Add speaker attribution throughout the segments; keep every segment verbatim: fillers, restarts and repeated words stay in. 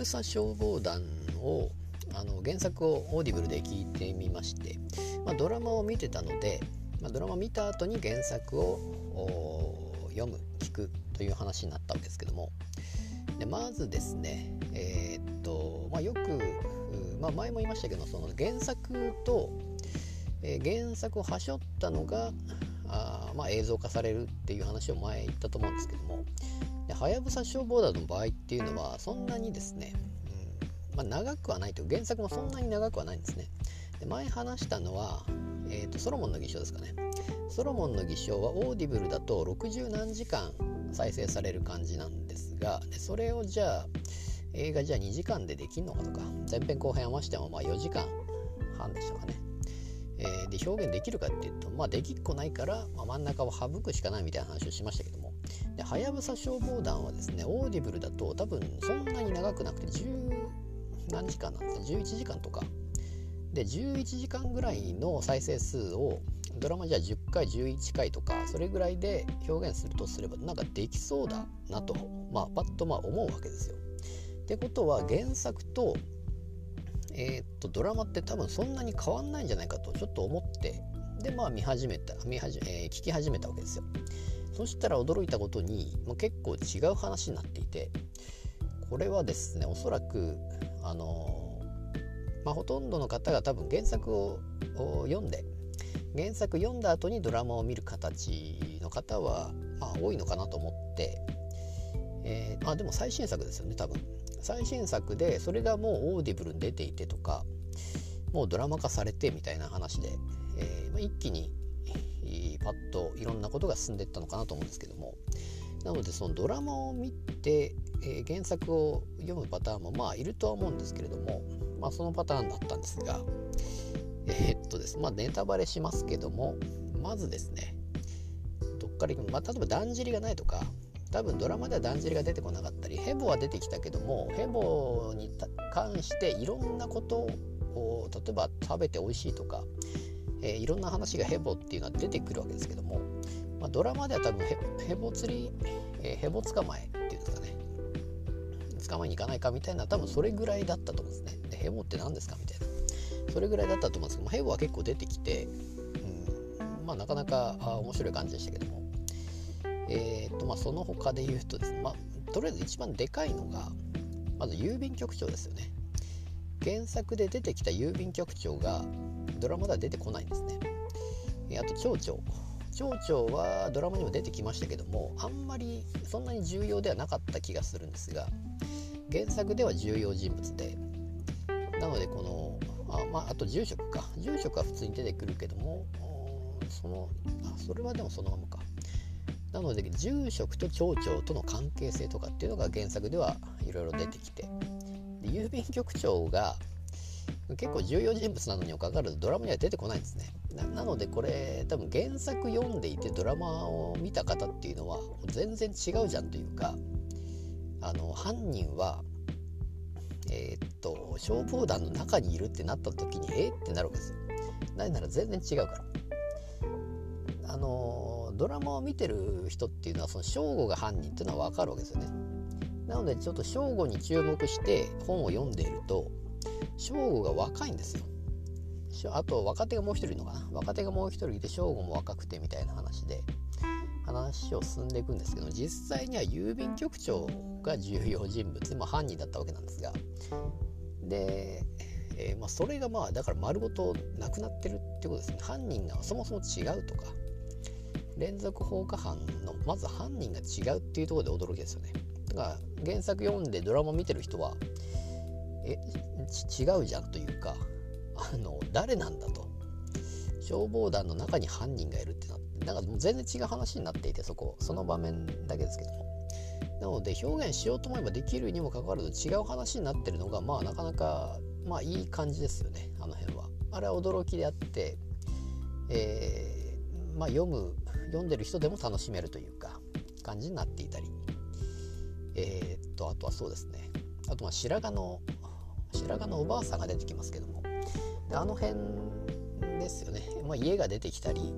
Speaker 1: ぶさ消防団をあの原作をオーディブルで聞いてみまして、まあ、ドラマを見てたので、まあ、ドラマ見た後に原作を読む聞くという話になったわけですけども、でまずですねえー、っと、まあ、よく、まあ、前も言いましたけど、その原作と、えー、原作をはしょったのがあ、まあ、映像化されるっていう話を前言ったと思うんですけども、はやぶさ消防団の場合っていうのはそんなにですね、うんまあ、長くはないと、原作もそんなに長くはないんですね。で前話したのは、えー、とソロモンの偽証ですかね。ソロモンの偽証はオーディブルだとろくじゅう何時間再生される感じなんですが、でそれをじゃあ映画じゃあにじかんでできるのかとか、前編後編合わせてもまあよじかんはんでしたかね。えー、で表現できるかっていうと、まあできっこないから、まあ、真ん中を省くしかないみたいな話をしましたけども、ではやぶさ消防団はですね、オーディブルだと多分そんなに長くなくてじゅう何時間なんですね。じゅういちじかんとかで、じゅういちじかんぐらいの再生数をドラマじゃあじゅっかいじゅういっかいとかそれぐらいで表現するとすれば、なんかできそうだなと、まあパッとまあ思うわけですよ。ってことは原作とえー、っとドラマって多分そんなに変わんないんじゃないかとちょっと思って、でまあ見始めた見始め、えー、聞き始めたわけですよ。そしたら驚いたことに、まあ、結構違う話になっていて、これはですねおそらくあのーまあ、ほとんどの方が多分原作を読んで原作読んだ後にドラマを見る形の方は、まあ、多いのかなと思って、えー、あでも最新作ですよね。多分最新作でそれがもうオーディブルに出ていてとか、もうドラマ化されてみたいな話で、えーまあ、一気にパッといろんなことが進んでいったのかなと思うんですけども、なのでそのドラマを見て、えー、原作を読むパターンもまあいるとは思うんですけれども、まあそのパターンだったんですが、えー、っとですまあネタバレしますけども、まずですねどっから行く、まあ、例えばだんじりがないとか、多分ドラマではだんじりが出てこなかったり、ヘボは出てきたけどもヘボに関していろんなことを、例えば食べて美味しいとか、えー、いろんな話がヘボっていうのは出てくるわけですけども、まあ、ドラマでは多分ヘ、ヘボ釣り、えー、ヘボ捕まえっていうんですかね、捕まえに行かないかみたいな、多分それぐらいだったと思うんですね。でヘボって何ですかみたいな、それぐらいだったと思うんですけども、ヘボは結構出てきて、うん、まあなかなかあ面白い感じでしたけども、えーとまあ、その他で言うとですね、まあ、とりあえず一番でかいのがまず郵便局長ですよね。原作で出てきた郵便局長がドラマでは出てこないんですね。あと町長町長はドラマにも出てきましたけども、あんまりそんなに重要ではなかった気がするんですが、原作では重要人物で、なのでこの あ,、まあ、あと住職か住職は普通に出てくるけども、そのあそれはでもそのままか。なので住職と町長との関係性とかっていうのが原作ではいろいろ出てきて、で郵便局長が結構重要人物なのにもかかわらずドラマには出てこないんですね。 な, なのでこれ多分原作読んでいてドラマを見た方っていうのは全然違うじゃんというか、あの犯人はえー、っと消防団の中にいるってなった時にえー、ってなるわけですよ。なぜなら全然違うから。あのドラマを見てる人っていうのはその正吾が犯人っていうのは分かるわけですよね。なのでちょっと正吾に注目して本を読んでいると、正吾が若いんですよ。あと若手がもう一人いるのかな、若手がもう一人いて正吾も若くてみたいな話で話を進んでいくんですけど、実際には郵便局長が重要人物で、まあ、犯人だったわけなんですが、で、えーまあ、それがまあだから丸ごとなくなってるってことですね。犯人がそもそも違うとか、連続放火犯のまず犯人が違うっていうところで驚きですよね。だから原作読んでドラマ見てる人はえ違うじゃんというか、あの誰なんだと、消防団の中に犯人がいるってなって、なんかもう全然違う話になっていて、そこその場面だけですけども、なので表現しようと思えばできるにもかかわらず違う話になってるのがまあなかなかまあいい感じですよね。あの辺はあれは驚きであって、えー、まあ読む読んでる人でも楽しめるというか感じになっていたり、えー、っとあとはそうですね、あとまあ白髪の白髪のおばあさんが出てきますけども、であの辺ですよね、まあ、家が出てきたり、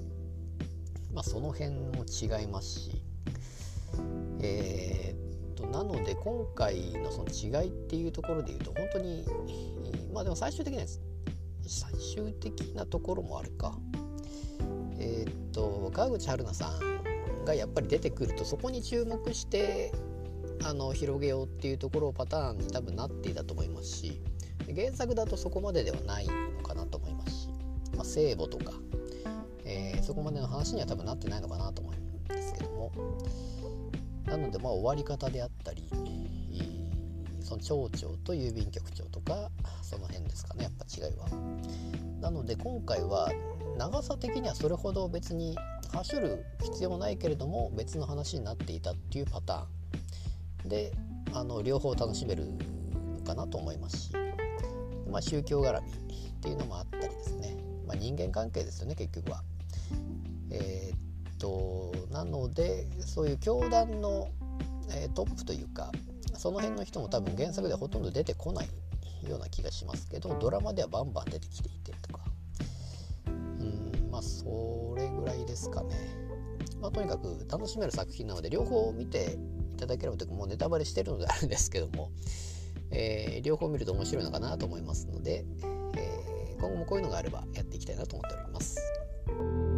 Speaker 1: うんまあ、その辺も違いますし、えー、っとなので今回のその違いっていうところで言うと本当にまあでも最終的には最終的なところもあるか。えー、っと川口春奈さんがやっぱり出てくるとそこに注目してあの広げようっていうところをパターンに多分なっていたと思いますし、原作だとそこまでではないのかなと思いますし、まあ、聖母とか、えー、そこまでの話には多分なってないのかなと思うんですけども、なのでまあ終わり方であったりその町長と郵便局長とかその辺ですかね、やっぱ違いは。なので今回は長さ的にはそれほど別にはしょる必要ないけれども別の話になっていたっていうパターンで、あの両方楽しめるのかなと思いますし、まあ、宗教絡みっていうのもあったりですね、まあ、人間関係ですよね結局は。えー、っとなのでそういう教団の、えー、トップというかその辺の人も多分原作ではほとんど出てこないような気がしますけど、ドラマではバンバン出てきていてとか、うーんまあそれぐらいですかね。まあ、とにかく楽しめる作品なので両方見ていただければというか、もうネタバレしてるのであるんですけども、えー、両方見ると面白いのかなと思いますので、えー、今後もこういうのがあればやっていきたいなと思っております。